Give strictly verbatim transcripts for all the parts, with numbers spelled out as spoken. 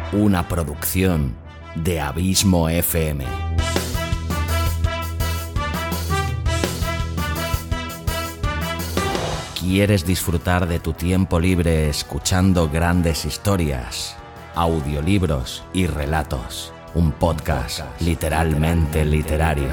una producción de Abismo F M. ¿Quieres disfrutar de tu tiempo libre escuchando grandes historias, audiolibros y relatos? Un podcast literalmente literario.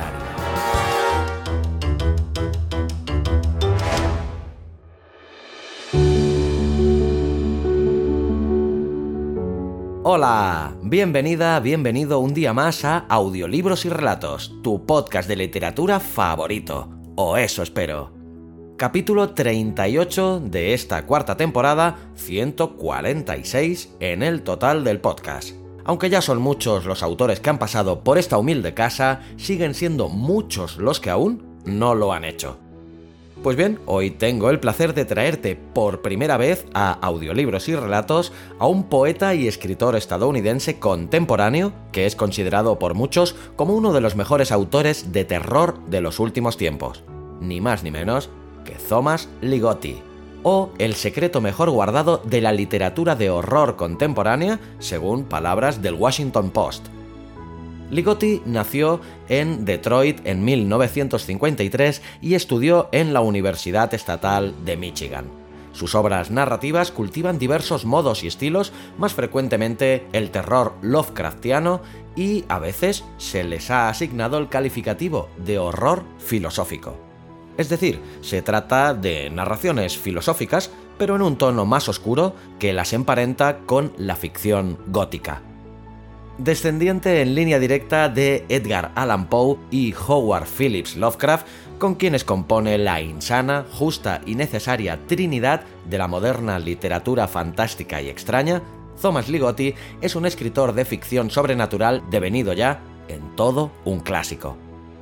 Hola, bienvenida, bienvenido un día más a Audiolibros y Relatos, tu podcast de literatura favorito, o eso espero. Capítulo treinta y ocho de esta cuarta temporada, ciento cuarenta y seis en el total del podcast. Aunque ya son muchos los autores que han pasado por esta humilde casa, siguen siendo muchos los que aún no lo han hecho. Pues bien, hoy tengo el placer de traerte por primera vez a Audiolibros y Relatos a un poeta y escritor estadounidense contemporáneo que es considerado por muchos como uno de los mejores autores de terror de los últimos tiempos. Ni más ni menos que Thomas Ligotti, o el secreto mejor guardado de la literatura de horror contemporánea, según palabras del Washington Post. Ligotti nació en Detroit en mil novecientos cincuenta y tres y estudió en la Universidad Estatal de Michigan. Sus obras narrativas cultivan diversos modos y estilos, más frecuentemente el terror Lovecraftiano, y a veces se les ha asignado el calificativo de horror filosófico. Es decir, se trata de narraciones filosóficas, pero en un tono más oscuro que las emparenta con la ficción gótica. Descendiente en línea directa de Edgar Allan Poe y Howard Phillips Lovecraft, con quienes compone la insana, justa y necesaria trinidad de la moderna literatura fantástica y extraña, Thomas Ligotti es un escritor de ficción sobrenatural devenido ya en todo un clásico.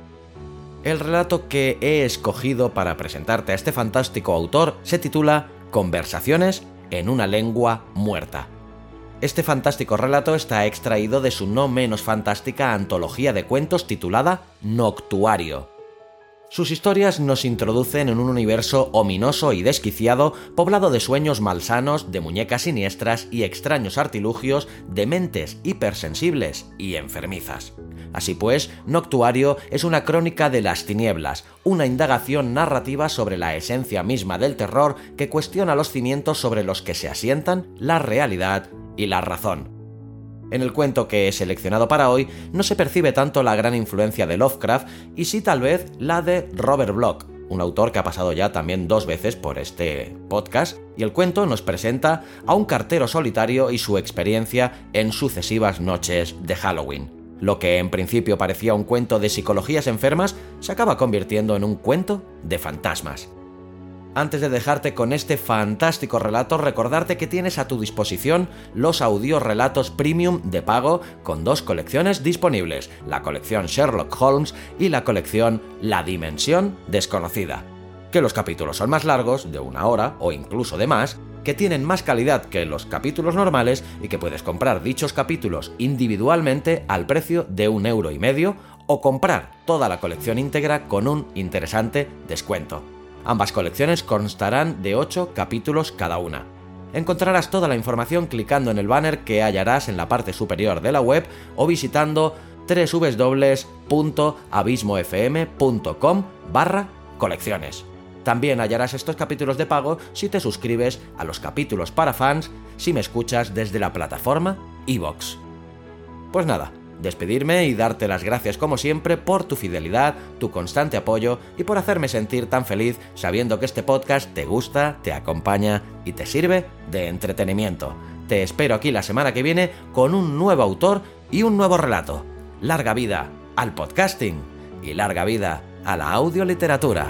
El relato que he escogido para presentarte a este fantástico autor se titula Conversaciones en una lengua muerta. Este fantástico relato está extraído de su no menos fantástica antología de cuentos titulada Noctuario. Sus historias nos introducen en un universo ominoso y desquiciado, poblado de sueños malsanos, de muñecas siniestras y extraños artilugios de mentes hipersensibles y enfermizas. Así pues, Noctuario es una crónica de las tinieblas, una indagación narrativa sobre la esencia misma del terror que cuestiona los cimientos sobre los que se asientan la realidad y la razón. En el cuento que he seleccionado para hoy no se percibe tanto la gran influencia de Lovecraft y sí tal vez la de Robert Bloch, un autor que ha pasado ya también dos veces por este podcast, y el cuento nos presenta a un cartero solitario y su experiencia en sucesivas noches de Halloween. Lo que en principio parecía un cuento de psicologías enfermas se acaba convirtiendo en un cuento de fantasmas. Antes de dejarte con este fantástico relato, recordarte que tienes a tu disposición los audiorelatos premium de pago con dos colecciones disponibles, la colección Sherlock Holmes y la colección La Dimensión Desconocida. Que los capítulos son más largos, de una hora o incluso de más, que tienen más calidad que los capítulos normales y que puedes comprar dichos capítulos individualmente al precio de un euro y medio o comprar toda la colección íntegra con un interesante descuento. Ambas colecciones constarán de ocho capítulos cada una. Encontrarás toda la información clicando en el banner que hallarás en la parte superior de la web o visitando doble u doble u doble u punto abismofm punto com barra colecciones. También hallarás estos capítulos de pago si te suscribes a los capítulos para fans si me escuchas desde la plataforma iVoox. Pues nada, despedirme y darte las gracias como siempre por tu fidelidad, tu constante apoyo y por hacerme sentir tan feliz sabiendo que este podcast te gusta, te acompaña y te sirve de entretenimiento. Te espero aquí la semana que viene con un nuevo autor y un nuevo relato. Larga vida al podcasting y larga vida a la audioliteratura.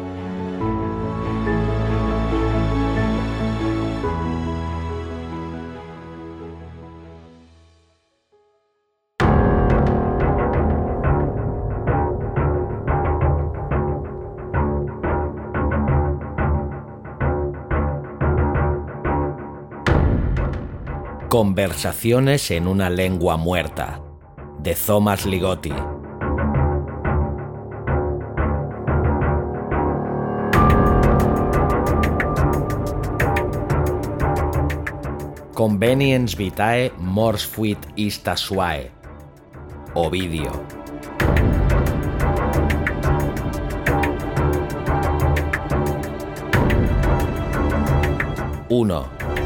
Conversaciones en una lengua muerta, de Thomas Ligotti. Conveniens vitae mors fuit ista suae. Ovidio. uno.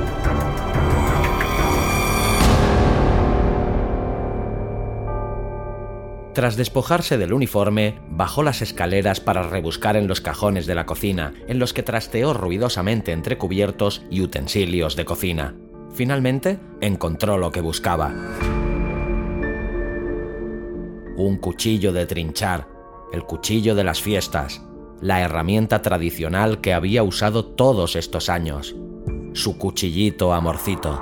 Tras despojarse del uniforme, bajó las escaleras para rebuscar en los cajones de la cocina, en los que trasteó ruidosamente entre cubiertos y utensilios de cocina. Finalmente, encontró lo que buscaba. Un cuchillo de trinchar, el cuchillo de las fiestas, la herramienta tradicional que había usado todos estos años. Su cuchillito amorcito.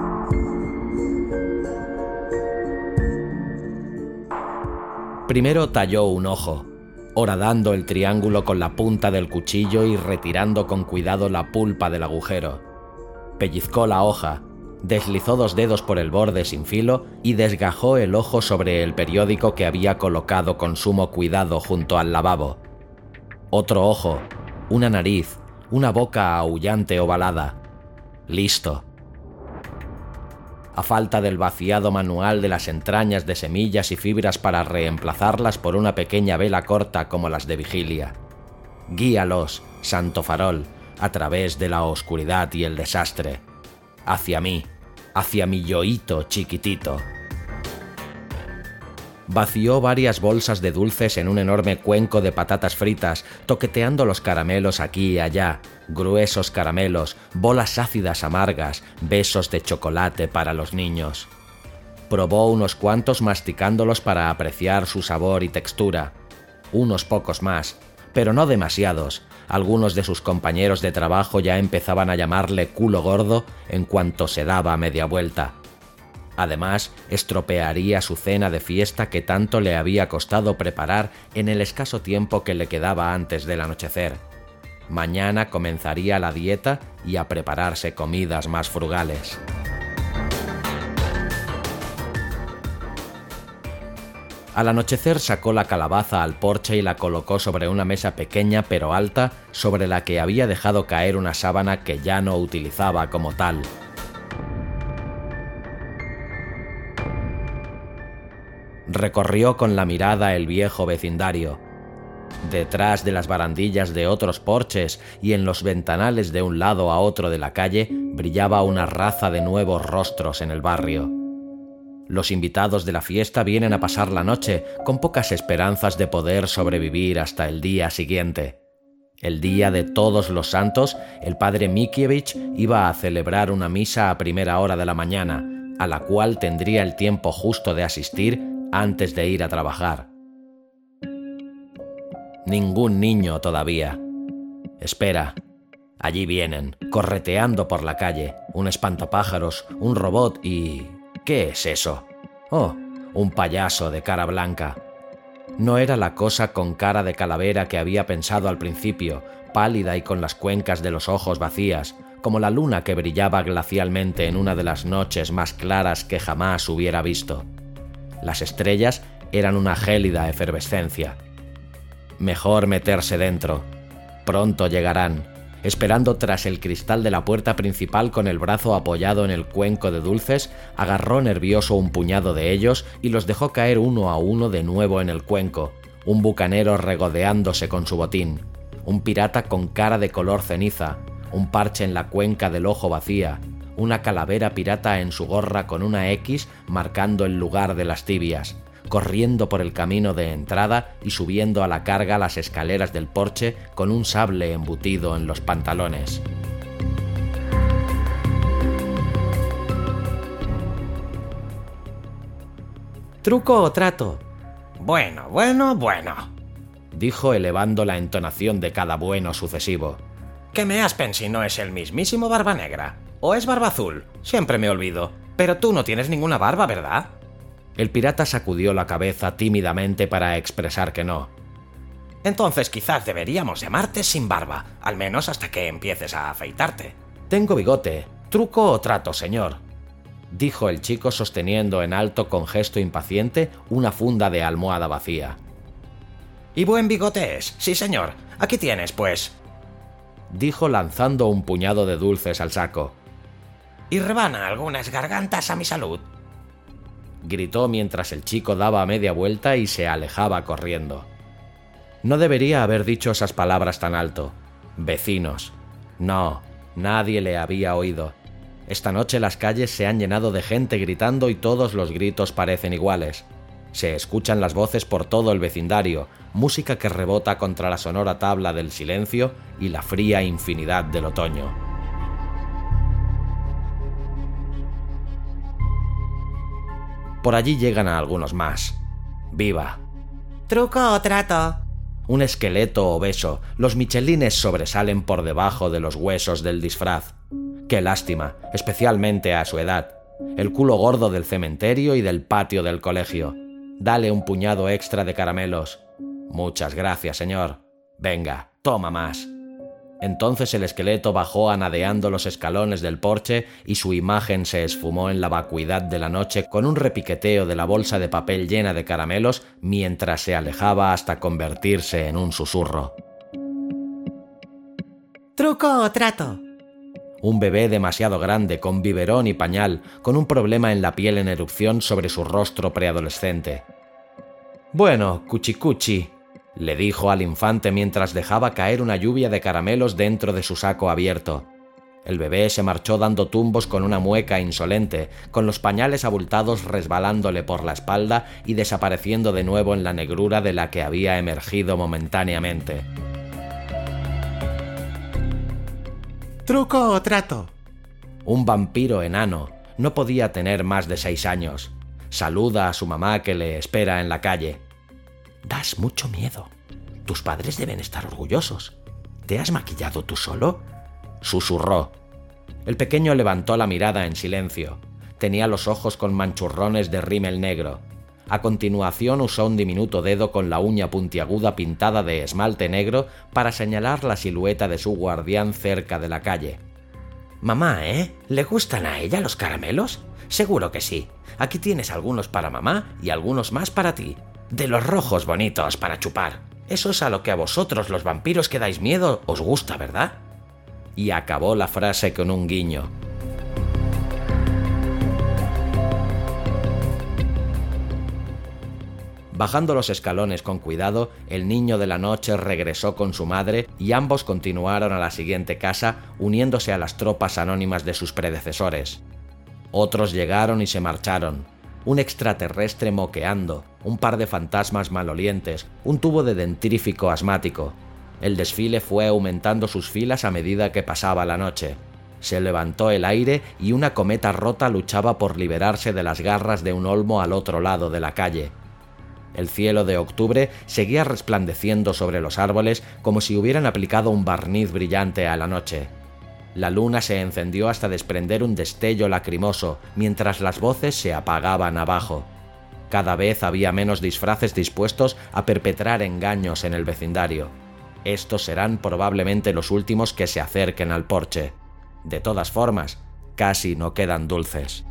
Primero talló un ojo, horadando el triángulo con la punta del cuchillo y retirando con cuidado la pulpa del agujero. Pellizcó la hoja, deslizó dos dedos por el borde sin filo y desgajó el ojo sobre el periódico que había colocado con sumo cuidado junto al lavabo. Otro ojo, una nariz, una boca aullante ovalada. Listo. A falta del vaciado manual de las entrañas de semillas y fibras para reemplazarlas por una pequeña vela corta como las de vigilia. Guíalos, santo farol, a través de la oscuridad y el desastre. Hacia mí, hacia mi yoíto chiquitito. Vació varias bolsas de dulces en un enorme cuenco de patatas fritas, toqueteando los caramelos aquí y allá, gruesos caramelos, bolas ácidas amargas, besos de chocolate para los niños. Probó unos cuantos masticándolos para apreciar su sabor y textura. Unos pocos más, pero no demasiados. Algunos de sus compañeros de trabajo ya empezaban a llamarle culo gordo en cuanto se daba media vuelta. Además, estropearía su cena de fiesta que tanto le había costado preparar en el escaso tiempo que le quedaba antes del anochecer. Mañana comenzaría la dieta y a prepararse comidas más frugales. Al anochecer sacó la calabaza al porche y la colocó sobre una mesa pequeña pero alta, sobre la que había dejado caer una sábana que ya no utilizaba como tal. Recorrió con la mirada el viejo vecindario. Detrás de las barandillas de otros porches y en los ventanales de un lado a otro de la calle brillaba una raza de nuevos rostros en el barrio. Los invitados de la fiesta vienen a pasar la noche con pocas esperanzas de poder sobrevivir hasta el día siguiente. El día de Todos los Santos, el padre Mikiewicz iba a celebrar una misa a primera hora de la mañana, a la cual tendría el tiempo justo de asistir antes de ir a trabajar. Ningún niño todavía. Espera. Allí vienen, correteando por la calle, un espantapájaros, un robot y... ¿qué es eso? Oh, un payaso de cara blanca. No era la cosa con cara de calavera que había pensado al principio, pálida y con las cuencas de los ojos vacías, como la luna que brillaba glacialmente en una de las noches más claras que jamás hubiera visto. Las estrellas eran una gélida efervescencia. Mejor meterse dentro. Pronto llegarán. Esperando tras el cristal de la puerta principal con el brazo apoyado en el cuenco de dulces, agarró nervioso un puñado de ellos y los dejó caer uno a uno de nuevo en el cuenco, un bucanero regodeándose con su botín, un pirata con cara de color ceniza, un parche en la cuenca del ojo vacía, una calavera pirata en su gorra con una X marcando el lugar de las tibias, corriendo por el camino de entrada y subiendo a la carga las escaleras del porche con un sable embutido en los pantalones. ¿Truco o trato? Bueno, bueno, bueno, dijo elevando la entonación de cada bueno sucesivo. Que me aspen si no es el mismísimo Barba Negra. ¿O es Barba Azul? Siempre me olvido. Pero tú no tienes ninguna barba, ¿verdad? El pirata sacudió la cabeza tímidamente para expresar que no. Entonces quizás deberíamos llamarte Sin Barba, al menos hasta que empieces a afeitarte. Tengo bigote. ¿Truco o trato, señor?, dijo el chico sosteniendo en alto con gesto impaciente una funda de almohada vacía. Y buen bigote es, sí señor. Aquí tienes, pues, dijo lanzando un puñado de dulces al saco. y rebana algunas gargantas a mi salud», gritó mientras el chico daba media vuelta y se alejaba corriendo. No debería haber dicho esas palabras tan alto. Vecinos. No, nadie le había oído. Esta noche las calles se han llenado de gente gritando y todos los gritos parecen iguales. Se escuchan las voces por todo el vecindario, música que rebota contra la sonora tabla del silencio y la fría infinidad del otoño. Por allí llegan a algunos más. ¡Viva! «¿Truco o trato?» Un esqueleto obeso, los michelines sobresalen por debajo de los huesos del disfraz. ¡Qué lástima, especialmente a su edad! El culo gordo del cementerio y del patio del colegio. Dale un puñado extra de caramelos. Muchas gracias, señor. Venga, toma más. Entonces el esqueleto bajó anadeando los escalones del porche y su imagen se esfumó en la vacuidad de la noche con un repiqueteo de la bolsa de papel llena de caramelos mientras se alejaba hasta convertirse en un susurro. «¿Truco o trato?» Un bebé demasiado grande, con biberón y pañal, con un problema en la piel en erupción sobre su rostro preadolescente. «Bueno, cuchicuchi», le dijo al infante mientras dejaba caer una lluvia de caramelos dentro de su saco abierto. El bebé se marchó dando tumbos con una mueca insolente, con los pañales abultados resbalándole por la espalda y desapareciendo de nuevo en la negrura de la que había emergido momentáneamente. «¿Truco o trato?» Un vampiro enano. No podía tener más de seis años. Saluda a su mamá que le espera en la calle. «Das mucho miedo. Tus padres deben estar orgullosos. ¿Te has maquillado tú solo?», susurró. El pequeño levantó la mirada en silencio. Tenía los ojos con manchurrones de rímel negro. A continuación usó un diminuto dedo con la uña puntiaguda pintada de esmalte negro para señalar la silueta de su guardián cerca de la calle. «Mamá, ¿eh? ¿Le gustan a ella los caramelos? Seguro que sí. Aquí tienes algunos para mamá y algunos más para ti. De los rojos bonitos para chupar. Eso es a lo que a vosotros los vampiros que dais miedo os gusta, ¿verdad?» Y acabó la frase con un guiño. Bajando los escalones con cuidado, el niño de la noche regresó con su madre y ambos continuaron a la siguiente casa, uniéndose a las tropas anónimas de sus predecesores. Otros llegaron y se marcharon. Un extraterrestre moqueando, un par de fantasmas malolientes, un tubo de dentrífico asmático. El desfile fue aumentando sus filas a medida que pasaba la noche. Se levantó el aire y una cometa rota luchaba por liberarse de las garras de un olmo al otro lado de la calle. El cielo de octubre seguía resplandeciendo sobre los árboles como si hubieran aplicado un barniz brillante a la noche. La luna se encendió hasta desprender un destello lacrimoso, mientras las voces se apagaban abajo. Cada vez había menos disfraces dispuestos a perpetrar engaños en el vecindario. Estos serán probablemente los últimos que se acerquen al porche. De todas formas, casi no quedan dulces.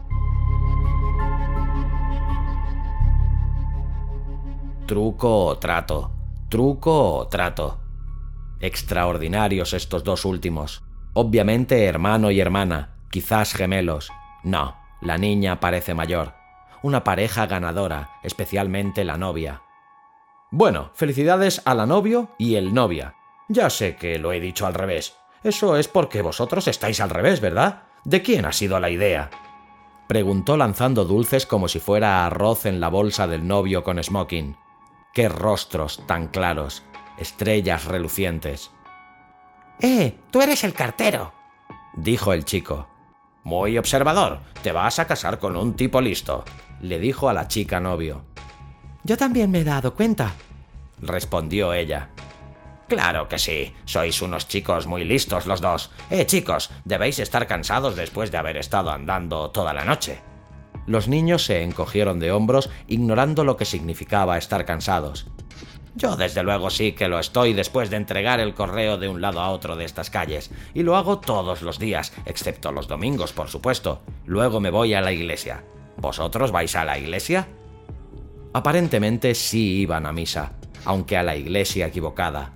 Truco o trato, truco o trato. Extraordinarios estos dos últimos. Obviamente hermano y hermana, quizás gemelos. No, la niña parece mayor. Una pareja ganadora, especialmente la novia. Bueno, felicidades a la novio y el novia. Ya sé que lo he dicho al revés. Eso es porque vosotros estáis al revés, ¿verdad? ¿De quién ha sido la idea?, preguntó lanzando dulces como si fuera arroz en la bolsa del novio con smoking. ¡Qué rostros tan claros! Estrellas relucientes. «Eh, tú eres el cartero», dijo el chico. «Muy observador. Te vas a casar con un tipo listo», le dijo a la chica novio. «Yo también me he dado cuenta», respondió ella. «Claro que sí. Sois unos chicos muy listos los dos. Eh, chicos, debéis estar cansados después de haber estado andando toda la noche». Los niños se encogieron de hombros, ignorando lo que significaba estar cansados. «Yo desde luego sí que lo estoy después de entregar el correo de un lado a otro de estas calles. Y lo hago todos los días, excepto los domingos, por supuesto. Luego me voy a la iglesia. ¿Vosotros vais a la iglesia?». Aparentemente sí iban a misa, aunque a la iglesia equivocada.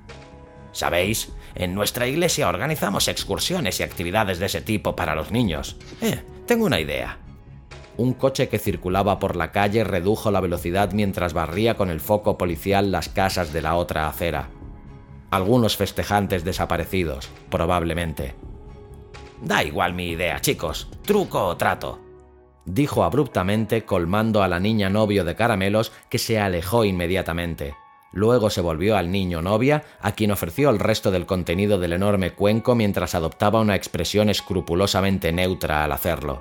«¿Sabéis? En nuestra iglesia organizamos excursiones y actividades de ese tipo para los niños. Eh, tengo una idea. Un coche que circulaba por la calle redujo la velocidad mientras barría con el foco policial las casas de la otra acera. Algunos festejantes desaparecidos, probablemente. Da igual mi idea, chicos. Truco o trato, dijo abruptamente, colmando a la niña novio de caramelos, que se alejó inmediatamente. Luego se volvió al niño novia, a quien ofreció el resto del contenido del enorme cuenco mientras adoptaba una expresión escrupulosamente neutra al hacerlo.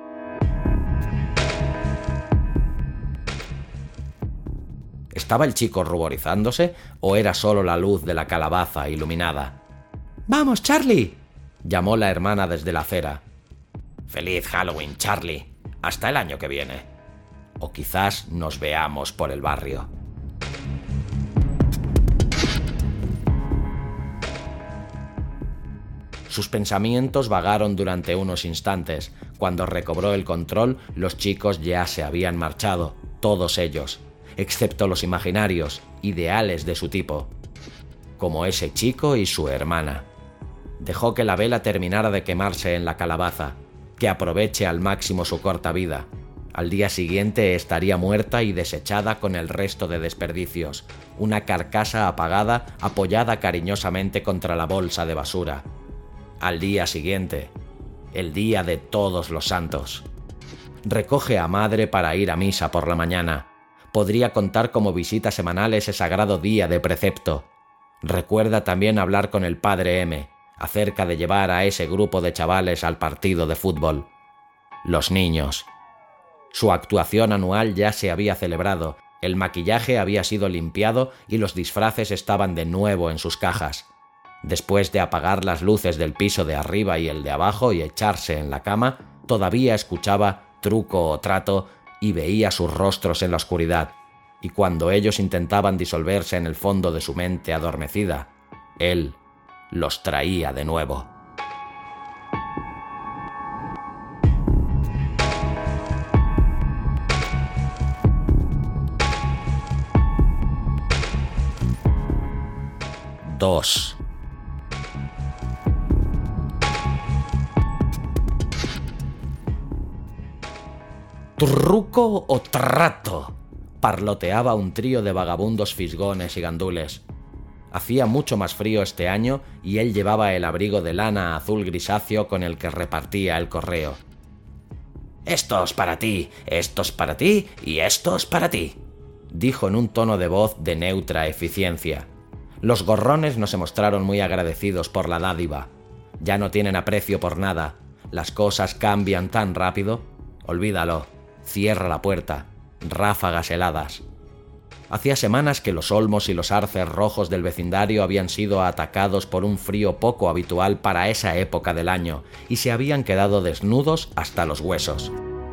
¿Estaba el chico ruborizándose o era solo la luz de la calabaza iluminada? ¡Vamos, Charlie!, llamó la hermana desde la acera. ¡Feliz Halloween, Charlie! Hasta el año que viene. O quizás nos veamos por el barrio. Sus pensamientos vagaron durante unos instantes. Cuando recobró el control, los chicos ya se habían marchado, todos ellos, excepto los imaginarios, ideales de su tipo, como ese chico y su hermana. Dejó que la vela terminara de quemarse en la calabaza, que aproveche al máximo su corta vida. Al día siguiente estaría muerta y desechada con el resto de desperdicios, una carcasa apagada apoyada cariñosamente contra la bolsa de basura. Al día siguiente, el día de Todos los Santos. Recoge a madre para ir a misa por la mañana. Podría contar como visita semanal ese sagrado día de precepto. Recuerda también hablar con el padre M acerca de llevar a ese grupo de chavales al partido de fútbol. Los niños. Su actuación anual ya se había celebrado, el maquillaje había sido limpiado y los disfraces estaban de nuevo en sus cajas. Después de apagar las luces del piso de arriba y el de abajo y echarse en la cama, todavía escuchaba Truco o Trato y veía sus rostros en la oscuridad, y cuando ellos intentaban disolverse en el fondo de su mente adormecida, él los traía de nuevo. Dos. ¿Truco o trato?, parloteaba un trío de vagabundos fisgones y gandules. Hacía mucho más frío este año y él llevaba el abrigo de lana azul grisáceo con el que repartía el correo. «Estos para ti, estos para ti y estos para ti», dijo en un tono de voz de neutra eficiencia. Los gorrones no se mostraron muy agradecidos por la dádiva. Ya no tienen aprecio por nada. Las cosas cambian tan rápido. Olvídalo. Cierra la puerta. Ráfagas heladas. Hacía semanas que los olmos y los arces rojos del vecindario habían sido atacados por un frío poco habitual para esa época del año y se habían quedado desnudos hasta los huesos.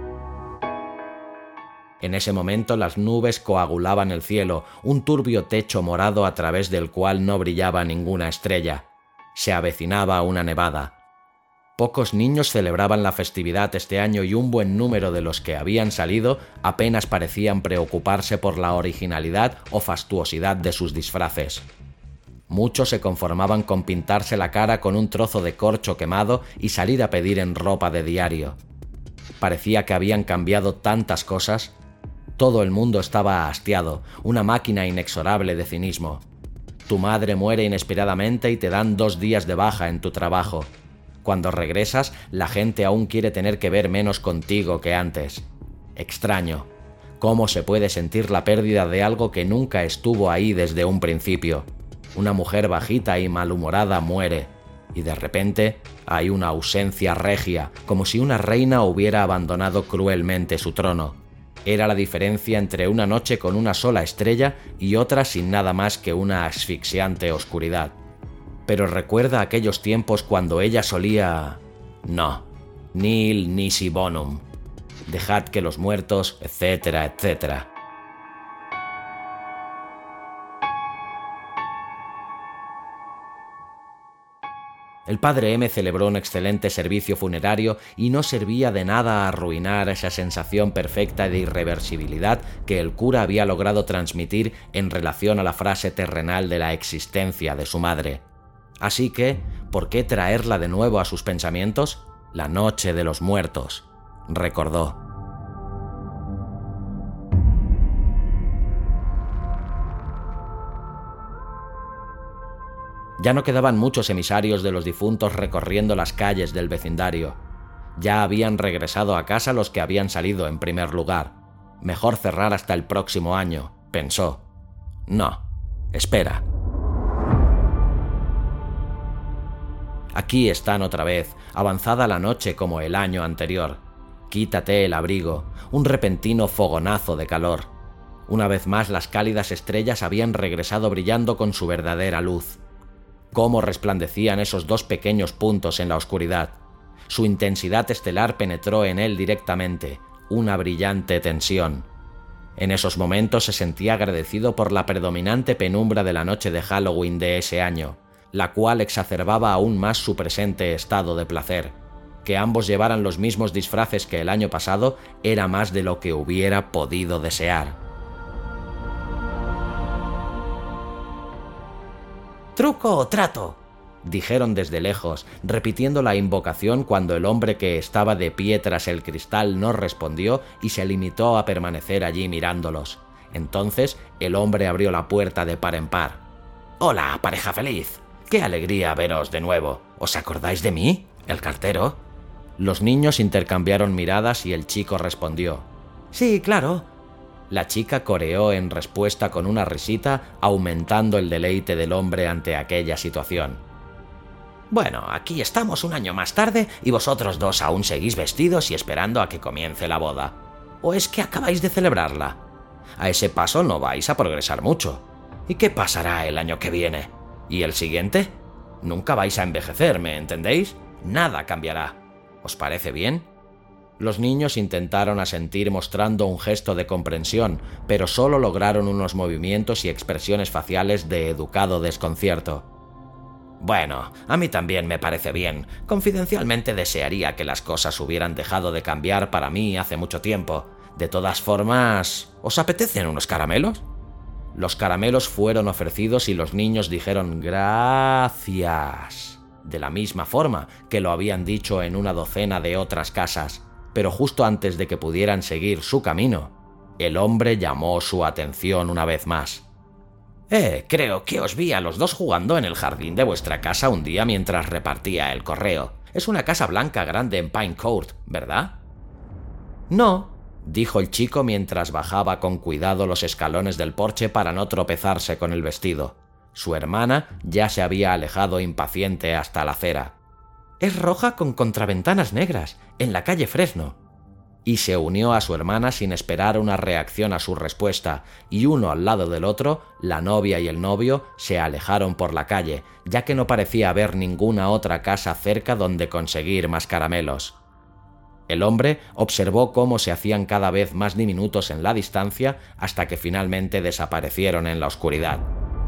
En ese momento las nubes coagulaban el cielo, un turbio techo morado a través del cual no brillaba ninguna estrella. Se avecinaba una nevada. Pocos niños celebraban la festividad este año y un buen número de los que habían salido apenas parecían preocuparse por la originalidad o fastuosidad de sus disfraces. Muchos se conformaban con pintarse la cara con un trozo de corcho quemado y salir a pedir en ropa de diario. Parecía que habían cambiado tantas cosas. Todo el mundo estaba hastiado, una máquina inexorable de cinismo. Tu madre muere inesperadamente y te dan dos días de baja en tu trabajo. Cuando regresas, la gente aún quiere tener que ver menos contigo que antes. Extraño. ¿Cómo se puede sentir la pérdida de algo que nunca estuvo ahí desde un principio? Una mujer bajita y malhumorada muere, y de repente hay una ausencia regia, como si una reina hubiera abandonado cruelmente su trono. Era la diferencia entre una noche con una sola estrella y otra sin nada más que una asfixiante oscuridad. Pero recuerda aquellos tiempos cuando ella solía... No, nil nisi bonum. Dejad que los muertos, etcétera, etcétera. El padre M celebró un excelente servicio funerario y no servía de nada arruinar esa sensación perfecta de irreversibilidad que el cura había logrado transmitir en relación a la frase terrenal de la existencia de su madre. Así que, ¿por qué traerla de nuevo a sus pensamientos? La noche de los muertos. recordó. Ya no quedaban muchos emisarios de los difuntos recorriendo las calles del vecindario. Ya habían regresado a casa los que habían salido en primer lugar. Mejor cerrar hasta el próximo año, pensó. No, espera. Aquí están otra vez, avanzada la noche como el año anterior. Quítate el abrigo, un repentino fogonazo de calor. Una vez más las cálidas estrellas habían regresado brillando con su verdadera luz. Cómo resplandecían esos dos pequeños puntos en la oscuridad. Su intensidad estelar penetró en él directamente, una brillante tensión. En esos momentos se sentía agradecido por la predominante penumbra de la noche de Halloween de ese año, la cual exacerbaba aún más su presente estado de placer. Que ambos llevaran los mismos disfraces que el año pasado era más de lo que hubiera podido desear. «¡Truco o trato!», dijeron desde lejos, repitiendo la invocación cuando el hombre que estaba de pie tras el cristal no respondió y se limitó a permanecer allí mirándolos. Entonces el hombre abrió la puerta de par en par. «Hola, pareja feliz. ¡Qué alegría veros de nuevo! ¿Os acordáis de mí, el cartero?». Los niños intercambiaron miradas y el chico respondió. «Sí, claro». La chica coreó en respuesta con una risita, aumentando el deleite del hombre ante aquella situación. «Bueno, aquí estamos un año más tarde y vosotros dos aún seguís vestidos y esperando a que comience la boda. ¿O es que acabáis de celebrarla? A ese paso no vais a progresar mucho. ¿Y qué pasará el año que viene? ¿Y el siguiente? Nunca vais a envejecer, ¿me entendéis? Nada cambiará. ¿Os parece bien?». Los niños intentaron asentir mostrando un gesto de comprensión, pero solo lograron unos movimientos y expresiones faciales de educado desconcierto. «Bueno, a mí también me parece bien. Confidencialmente desearía que las cosas hubieran dejado de cambiar para mí hace mucho tiempo. De todas formas, ¿os apetecen unos caramelos?». Los caramelos fueron ofrecidos y los niños dijeron «gracias», de la misma forma que lo habían dicho en una docena de otras casas. Pero justo antes de que pudieran seguir su camino, el hombre llamó su atención una vez más. «Eh, creo que os vi a los dos jugando en el jardín de vuestra casa un día mientras repartía el correo. Es una casa blanca grande en Pine Court, ¿verdad?». «No», dijo el chico mientras bajaba con cuidado los escalones del porche para no tropezarse con el vestido. Su hermana ya se había alejado impaciente hasta la acera. «Es roja con contraventanas negras, en la calle Fresno». Y se unió a su hermana sin esperar una reacción a su respuesta, y uno al lado del otro, la novia y el novio, se alejaron por la calle, ya que no parecía haber ninguna otra casa cerca donde conseguir más caramelos. El hombre observó cómo se hacían cada vez más diminutos en la distancia hasta que finalmente desaparecieron en la oscuridad.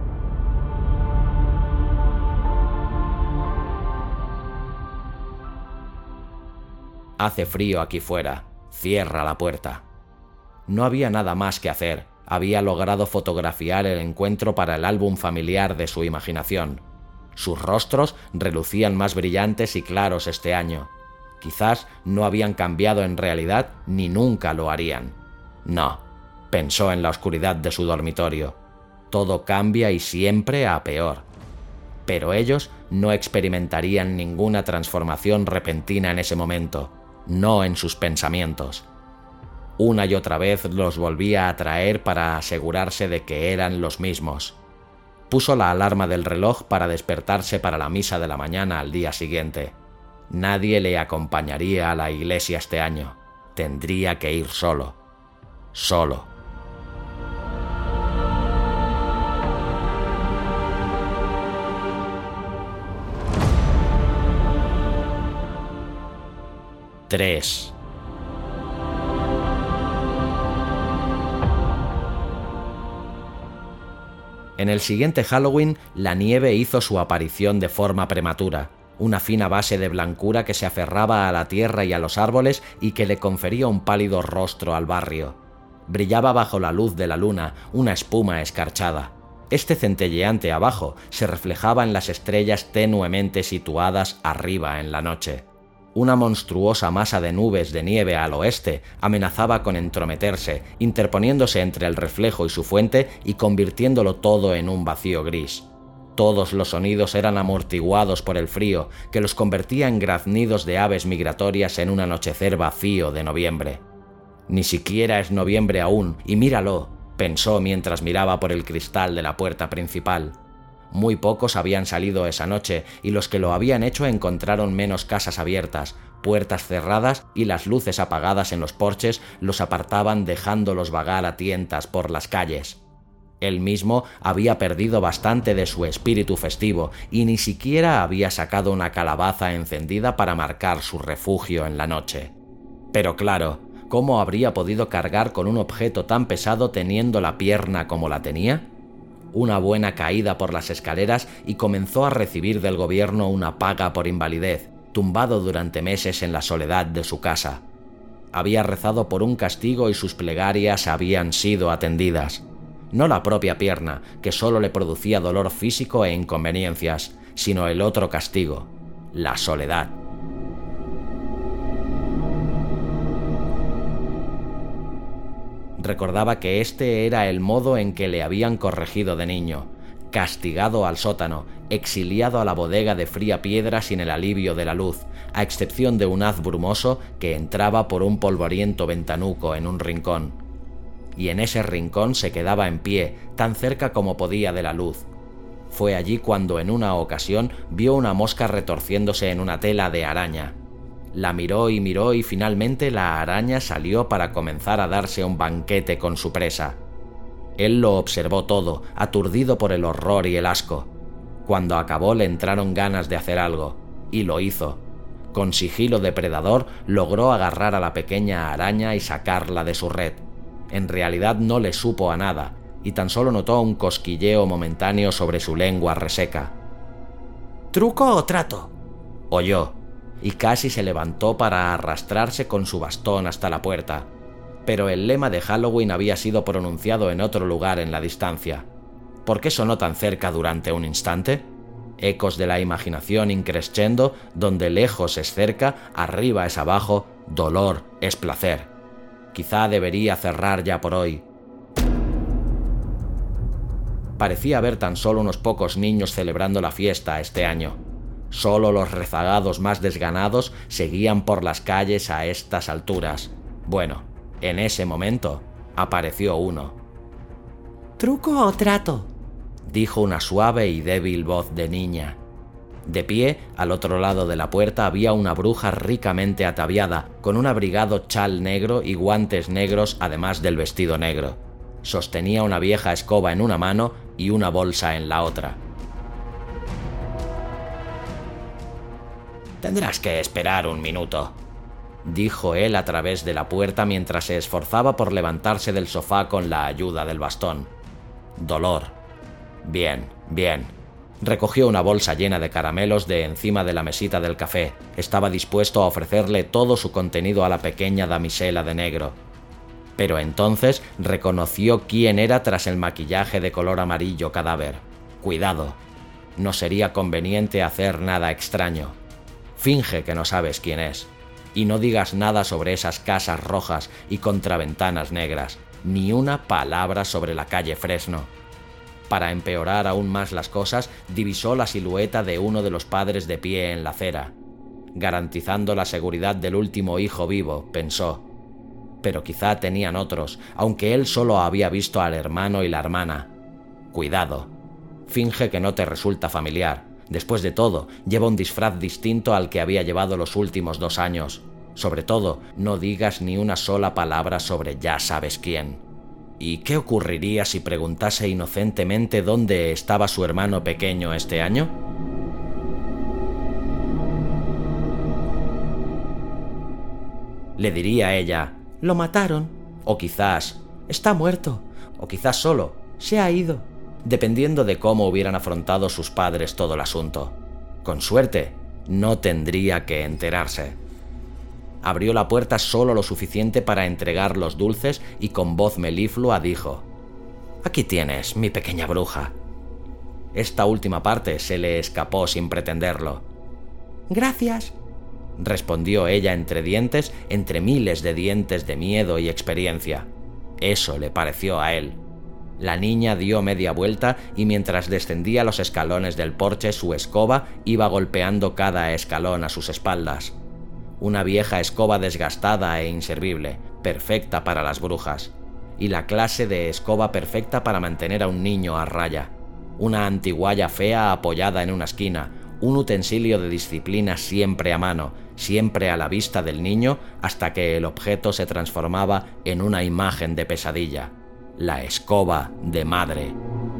Hace frío aquí fuera. Cierra la puerta. No había nada más que hacer. Había logrado fotografiar el encuentro para el álbum familiar de su imaginación. Sus rostros relucían más brillantes y claros este año. Quizás no habían cambiado en realidad ni nunca lo harían. No, pensó en la oscuridad de su dormitorio. Todo cambia y siempre a peor. Pero ellos no experimentarían ninguna transformación repentina en ese momento. No en sus pensamientos. Una y otra vez los volvía a traer para asegurarse de que eran los mismos. Puso la alarma del reloj para despertarse para la misa de la mañana al día siguiente. Nadie le acompañaría a la iglesia este año. Tendría que ir solo. Solo. tres. En el siguiente Halloween, la nieve hizo su aparición de forma prematura, una fina base de blancura que se aferraba a la tierra y a los árboles y que le confería un pálido rostro al barrio. Brillaba bajo la luz de la luna, una espuma escarchada. Este centelleante abajo se reflejaba en las estrellas tenuemente situadas arriba en la noche. Una monstruosa masa de nubes de nieve al oeste amenazaba con entrometerse, interponiéndose entre el reflejo y su fuente y convirtiéndolo todo en un vacío gris. Todos los sonidos eran amortiguados por el frío, que los convertía en graznidos de aves migratorias en un anochecer vacío de noviembre. Ni siquiera es noviembre aún, y míralo, pensó mientras miraba por el cristal de la puerta principal. Muy pocos habían salido esa noche, y los que lo habían hecho encontraron menos casas abiertas, puertas cerradas y las luces apagadas en los porches los apartaban dejándolos vagar a tientas por las calles. Él mismo había perdido bastante de su espíritu festivo y ni siquiera había sacado una calabaza encendida para marcar su refugio en la noche. Pero claro, ¿cómo habría podido cargar con un objeto tan pesado teniendo la pierna como la tenía? Una buena caída por las escaleras y comenzó a recibir del gobierno una paga por invalidez, tumbado durante meses en la soledad de su casa. Había rezado por un castigo y sus plegarias habían sido atendidas. No la propia pierna, que solo le producía dolor físico e inconveniencias, sino el otro castigo, la soledad. Recordaba que este era el modo en que le habían corregido de niño, castigado al sótano, exiliado a la bodega de fría piedra sin el alivio de la luz, a excepción de un haz brumoso que entraba por un polvoriento ventanuco en un rincón. Y en ese rincón se quedaba en pie, tan cerca como podía de la luz. Fue allí cuando en una ocasión vio una mosca retorciéndose en una tela de araña. La miró y miró y finalmente la araña salió para comenzar a darse un banquete con su presa. Él lo observó todo, aturdido por el horror y el asco. Cuando acabó le entraron ganas de hacer algo, y lo hizo. Con sigilo depredador logró agarrar a la pequeña araña y sacarla de su red. En realidad no le supo a nada, y tan solo notó un cosquilleo momentáneo sobre su lengua reseca. ¿Truco o trato?, oyó, y casi se levantó para arrastrarse con su bastón hasta la puerta. Pero el lema de Halloween había sido pronunciado en otro lugar en la distancia. ¿Por qué sonó tan cerca durante un instante? Ecos de la imaginación increscendo, donde lejos es cerca, arriba es abajo, dolor es placer. Quizá debería cerrar ya por hoy. Parecía haber tan solo unos pocos niños celebrando la fiesta este año. Solo los rezagados más desganados seguían por las calles a estas alturas. Bueno, en ese momento apareció uno. ¿Truco o trato?, dijo una suave y débil voz de niña. De pie, al otro lado de la puerta había una bruja ricamente ataviada, con un abrigado chal negro y guantes negros además del vestido negro. Sostenía una vieja escoba en una mano y una bolsa en la otra. Tendrás que esperar un minuto, dijo él a través de la puerta mientras se esforzaba por levantarse del sofá con la ayuda del bastón. Dolor. Bien, bien. Recogió una bolsa llena de caramelos de encima de la mesita del café. Estaba dispuesto a ofrecerle todo su contenido a la pequeña damisela de negro. Pero entonces reconoció quién era tras el maquillaje de color amarillo cadáver. Cuidado. No sería conveniente hacer nada extraño. Finge que no sabes quién es. Y no digas nada sobre esas casas rojas y contraventanas negras. Ni una palabra sobre la calle Fresno. Para empeorar aún más las cosas, divisó la silueta de uno de los padres de pie en la acera. Garantizando la seguridad del último hijo vivo, pensó. Pero quizá tenían otros, aunque él solo había visto al hermano y la hermana. Cuidado. Finge que no te resulta familiar. Después de todo, lleva un disfraz distinto al que había llevado los últimos dos años. Sobre todo, no digas ni una sola palabra sobre ya sabes quién. ¿Y qué ocurriría si preguntase inocentemente dónde estaba su hermano pequeño este año? Le diría a ella, «Lo mataron», o quizás, «Está muerto», o quizás solo, «Se ha ido», dependiendo de cómo hubieran afrontado sus padres todo el asunto. Con suerte, no tendría que enterarse. Abrió la puerta solo lo suficiente para entregar los dulces y con voz meliflua dijo, «Aquí tienes, mi pequeña bruja». Esta última parte se le escapó sin pretenderlo. «Gracias», respondió ella entre dientes, entre miles de dientes de miedo y experiencia. Eso le pareció a él. La niña dio media vuelta y mientras descendía los escalones del porche, su escoba iba golpeando cada escalón a sus espaldas. Una vieja escoba desgastada e inservible, perfecta para las brujas, y la clase de escoba perfecta para mantener a un niño a raya. Una antigualla fea apoyada en una esquina, un utensilio de disciplina siempre a mano, siempre a la vista del niño, hasta que el objeto se transformaba en una imagen de pesadilla. La escoba de madre.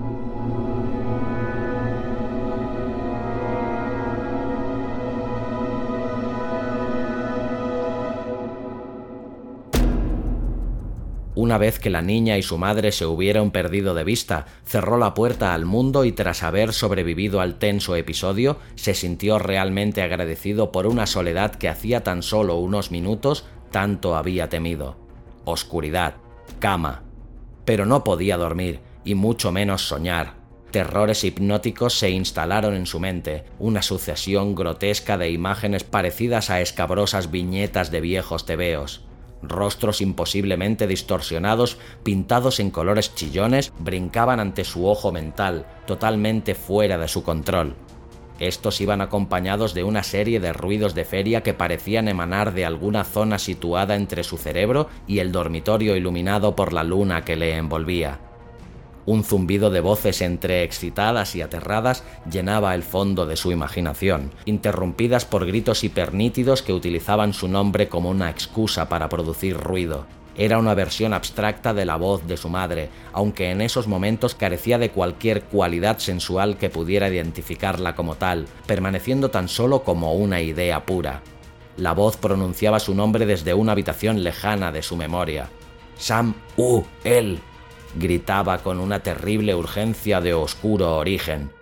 Una vez que la niña y su madre se hubieron perdido de vista, cerró la puerta al mundo y tras haber sobrevivido al tenso episodio, se sintió realmente agradecido por una soledad que hacía tan solo unos minutos tanto había temido. Oscuridad, cama. Pero no podía dormir, y mucho menos soñar. Terrores hipnóticos se instalaron en su mente, una sucesión grotesca de imágenes parecidas a escabrosas viñetas de viejos tebeos. Rostros imposiblemente distorsionados, pintados en colores chillones, brincaban ante su ojo mental, totalmente fuera de su control. Estos iban acompañados de una serie de ruidos de feria que parecían emanar de alguna zona situada entre su cerebro y el dormitorio iluminado por la luna que le envolvía. Un zumbido de voces entre excitadas y aterradas llenaba el fondo de su imaginación, interrumpidas por gritos hipernítidos que utilizaban su nombre como una excusa para producir ruido. Era una versión abstracta de la voz de su madre, aunque en esos momentos carecía de cualquier cualidad sensual que pudiera identificarla como tal, permaneciendo tan solo como una idea pura. La voz pronunciaba su nombre desde una habitación lejana de su memoria. Sam-U-El, gritaba con una terrible urgencia de oscuro origen.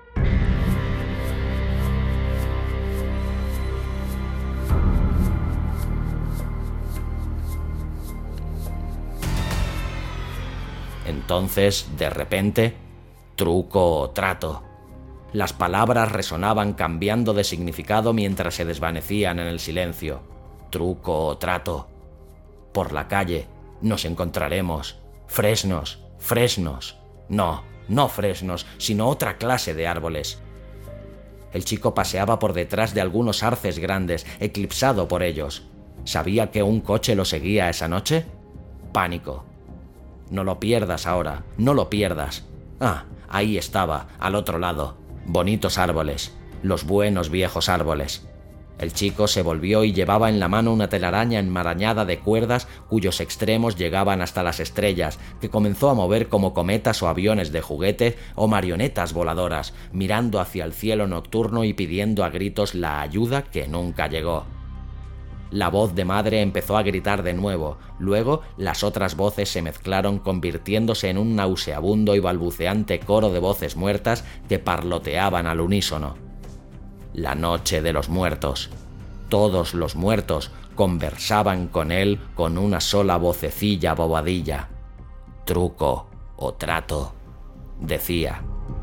Entonces, de repente, truco o trato. Las palabras resonaban cambiando de significado mientras se desvanecían en el silencio. Truco o trato. Por la calle nos encontraremos. Fresnos, fresnos. No, no fresnos, sino otra clase de árboles. El chico paseaba por detrás de algunos arces grandes, eclipsado por ellos. ¿Sabía que un coche lo seguía esa noche? Pánico. No lo pierdas ahora, no lo pierdas. Ah, ahí estaba, al otro lado. Bonitos árboles, los buenos viejos árboles. El chico se volvió y llevaba en la mano una telaraña enmarañada de cuerdas cuyos extremos llegaban hasta las estrellas, que comenzó a mover como cometas o aviones de juguete o marionetas voladoras, mirando hacia el cielo nocturno y pidiendo a gritos la ayuda que nunca llegó. La voz de madre empezó a gritar de nuevo, luego las otras voces se mezclaron convirtiéndose en un nauseabundo y balbuceante coro de voces muertas que parloteaban al unísono. La noche de los muertos. Todos los muertos conversaban con él con una sola vocecilla bobadilla. Truco o trato, decía.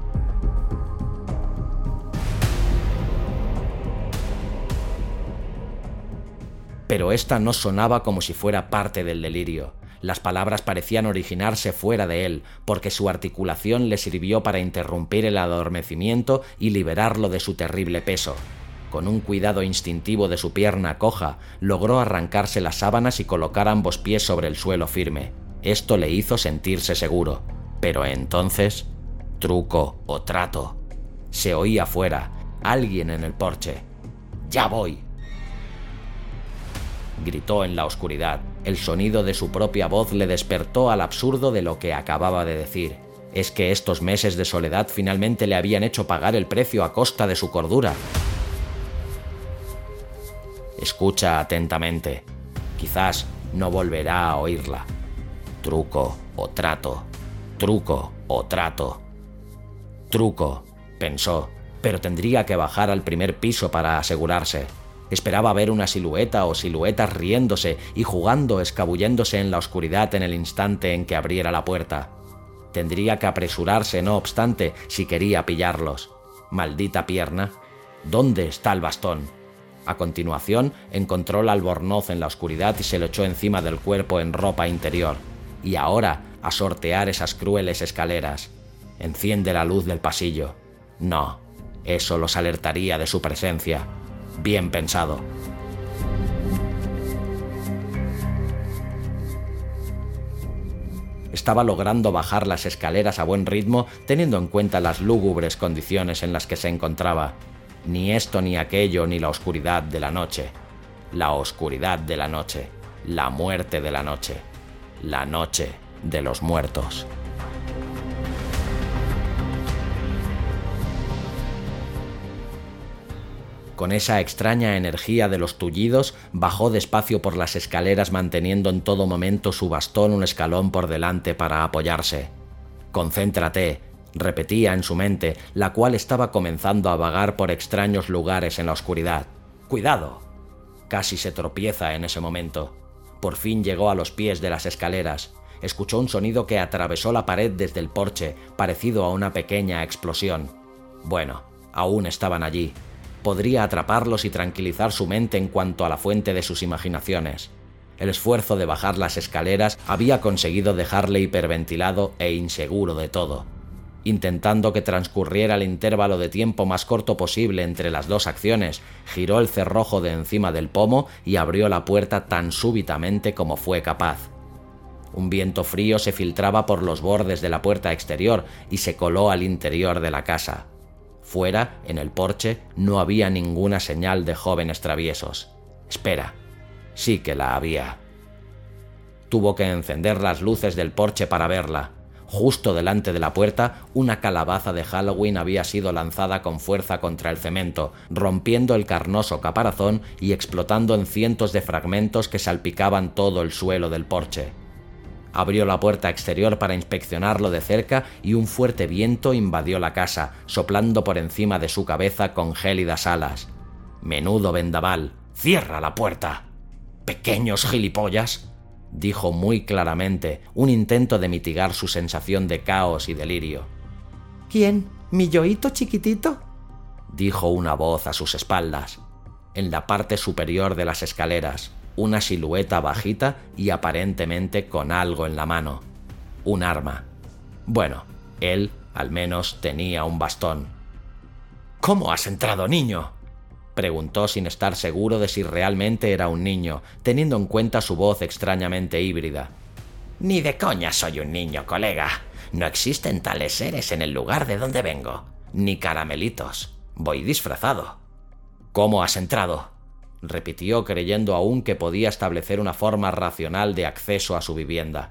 Pero esta no sonaba como si fuera parte del delirio. Las palabras parecían originarse fuera de él, porque su articulación le sirvió para interrumpir el adormecimiento y liberarlo de su terrible peso. Con un cuidado instintivo de su pierna coja, logró arrancarse las sábanas y colocar ambos pies sobre el suelo firme. Esto le hizo sentirse seguro. Pero entonces, truco o trato. Se oía fuera, alguien en el porche. ¡Ya voy!, gritó en la oscuridad. El sonido de su propia voz le despertó al absurdo de lo que acababa de decir. Es que estos meses de soledad finalmente le habían hecho pagar el precio a costa de su cordura. Escucha atentamente. Quizás no volverá a oírla. Truco o trato. Truco o trato. Truco, pensó, pero tendría que bajar al primer piso para asegurarse. Esperaba ver una silueta o siluetas riéndose y jugando, escabulléndose en la oscuridad en el instante en que abriera la puerta. Tendría que apresurarse, no obstante, si quería pillarlos. Maldita pierna. ¿Dónde está el bastón? A continuación, encontró el albornoz en la oscuridad y se lo echó encima del cuerpo en ropa interior. Y ahora, a sortear esas crueles escaleras. Enciende la luz del pasillo. No, eso los alertaría de su presencia. Bien pensado. Estaba logrando bajar las escaleras a buen ritmo, teniendo en cuenta las lúgubres condiciones en las que se encontraba. Ni esto ni aquello ni la oscuridad de la noche. La oscuridad de la noche. La muerte de la noche. La noche de los muertos. Con esa extraña energía de los tullidos, bajó despacio por las escaleras manteniendo en todo momento su bastón un escalón por delante para apoyarse. «Concéntrate», repetía en su mente, la cual estaba comenzando a vagar por extraños lugares en la oscuridad. «¡Cuidado!». Casi se tropieza en ese momento. Por fin llegó a los pies de las escaleras. Escuchó un sonido que atravesó la pared desde el porche, parecido a una pequeña explosión. Bueno, aún estaban allí. Podría atraparlos y tranquilizar su mente en cuanto a la fuente de sus imaginaciones. El esfuerzo de bajar las escaleras había conseguido dejarle hiperventilado e inseguro de todo. Intentando que transcurriera el intervalo de tiempo más corto posible entre las dos acciones, giró el cerrojo de encima del pomo y abrió la puerta tan súbitamente como fue capaz. Un viento frío se filtraba por los bordes de la puerta exterior y se coló al interior de la casa. Fuera, en el porche, no había ninguna señal de jóvenes traviesos. Espera, sí que la había. Tuvo que encender las luces del porche para verla. Justo delante de la puerta, una calabaza de Halloween había sido lanzada con fuerza contra el cemento, rompiendo el carnoso caparazón y explotando en cientos de fragmentos que salpicaban todo el suelo del porche. Abrió la puerta exterior para inspeccionarlo de cerca y un fuerte viento invadió la casa, soplando por encima de su cabeza con gélidas alas. «Menudo vendaval. ¡Cierra la puerta!». «Pequeños gilipollas», dijo muy claramente, un intento de mitigar su sensación de caos y delirio. «¿Quién? ¿Mi yoíto chiquitito?», dijo una voz a sus espaldas. En la parte superior de las escaleras, una silueta bajita y aparentemente con algo en la mano. Un arma. Bueno, él, al menos, tenía un bastón. «¿Cómo has entrado, niño?», preguntó sin estar seguro de si realmente era un niño, teniendo en cuenta su voz extrañamente híbrida. «Ni de coña soy un niño, colega. No existen tales seres en el lugar de donde vengo. Ni caramelitos. Voy disfrazado». «¿Cómo has entrado?», repitió, creyendo aún que podía establecer una forma racional de acceso a su vivienda.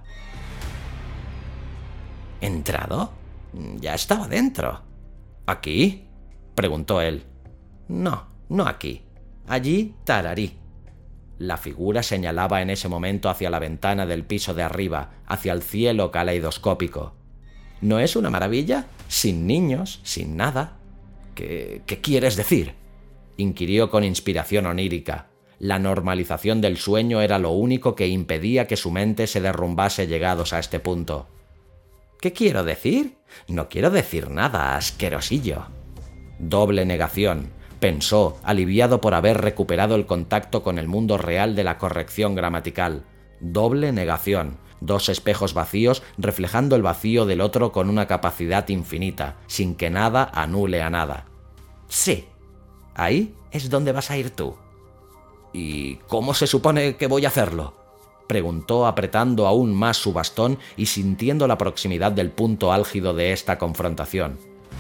¿Entrado? Ya estaba dentro». «¿Aquí?», preguntó él. «No, no aquí. Allí, tararí». La figura señalaba en ese momento hacia la ventana del piso de arriba, hacia el cielo caleidoscópico. ¿No es una maravilla? Sin niños, sin nada. ¿Qué, qué quieres decir?, inquirió con inspiración onírica. La normalización del sueño era lo único que impedía que su mente se derrumbase llegados a este punto. ¿Qué quiero decir? No quiero decir nada, asquerosillo. Doble negación, pensó, aliviado por haber recuperado el contacto con el mundo real de la corrección gramatical. Doble negación, dos espejos vacíos reflejando el vacío del otro con una capacidad infinita, sin que nada anule a nada. Sí. Ahí es donde vas a ir tú. ¿Y cómo se supone que voy a hacerlo?, preguntó apretando aún más su bastón y sintiendo la proximidad del punto álgido de esta confrontación.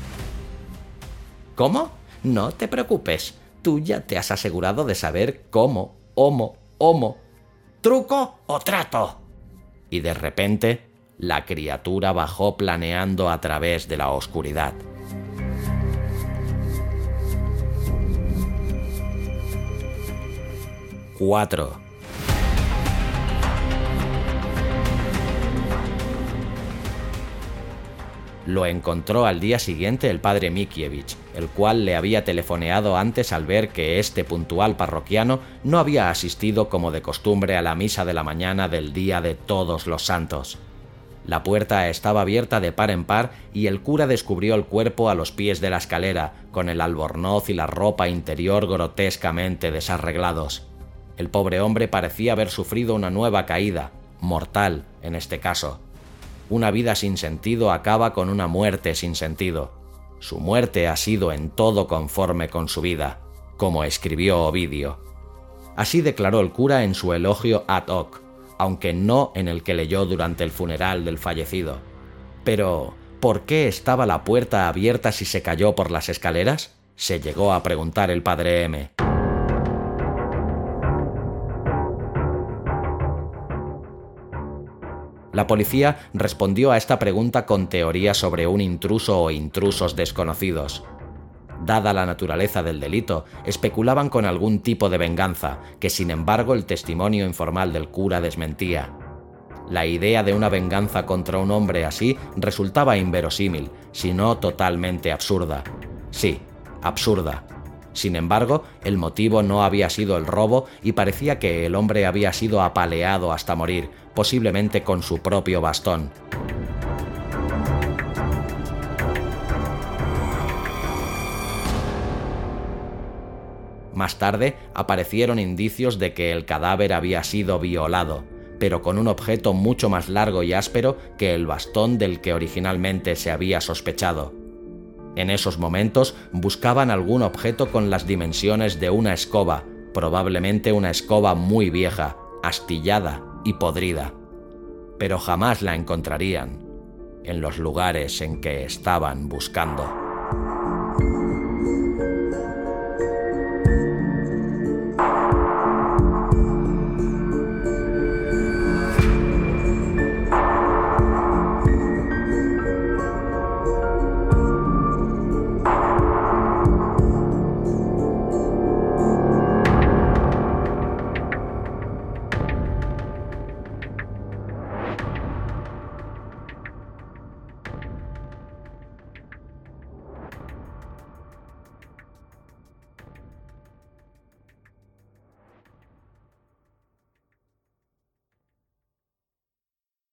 ¿Cómo? No te preocupes. Tú ya te has asegurado de saber cómo, homo, homo. ¿Truco o trato? Y de repente, la criatura bajó planeando a través de la oscuridad. Cuatro. Lo encontró al día siguiente el padre Mikiewicz, el cual le había telefoneado antes al ver que este puntual parroquiano no había asistido como de costumbre a la misa de la mañana del día de Todos los Santos. La puerta estaba abierta de par en par y el cura descubrió el cuerpo a los pies de la escalera, con el albornoz y la ropa interior grotescamente desarreglados. El pobre hombre parecía haber sufrido una nueva caída, mortal en este caso. Una vida sin sentido acaba con una muerte sin sentido. Su muerte ha sido en todo conforme con su vida, como escribió Ovidio. Así declaró el cura en su elogio ad hoc, aunque no en el que leyó durante el funeral del fallecido. Pero, ¿por qué estaba la puerta abierta si se cayó por las escaleras?, se llegó a preguntar el padre M. La policía respondió a esta pregunta con teorías sobre un intruso o intrusos desconocidos. Dada la naturaleza del delito, especulaban con algún tipo de venganza, que sin embargo el testimonio informal del cura desmentía. La idea de una venganza contra un hombre así resultaba inverosímil, si no totalmente absurda. Sí, absurda. Sin embargo, el motivo no había sido el robo y parecía que el hombre había sido apaleado hasta morir, posiblemente con su propio bastón. Más tarde aparecieron indicios de que el cadáver había sido violado, pero con un objeto mucho más largo y áspero que el bastón del que originalmente se había sospechado. En esos momentos buscaban algún objeto con las dimensiones de una escoba, probablemente una escoba muy vieja, astillada y podrida. Pero jamás la encontrarían en los lugares en que estaban buscando.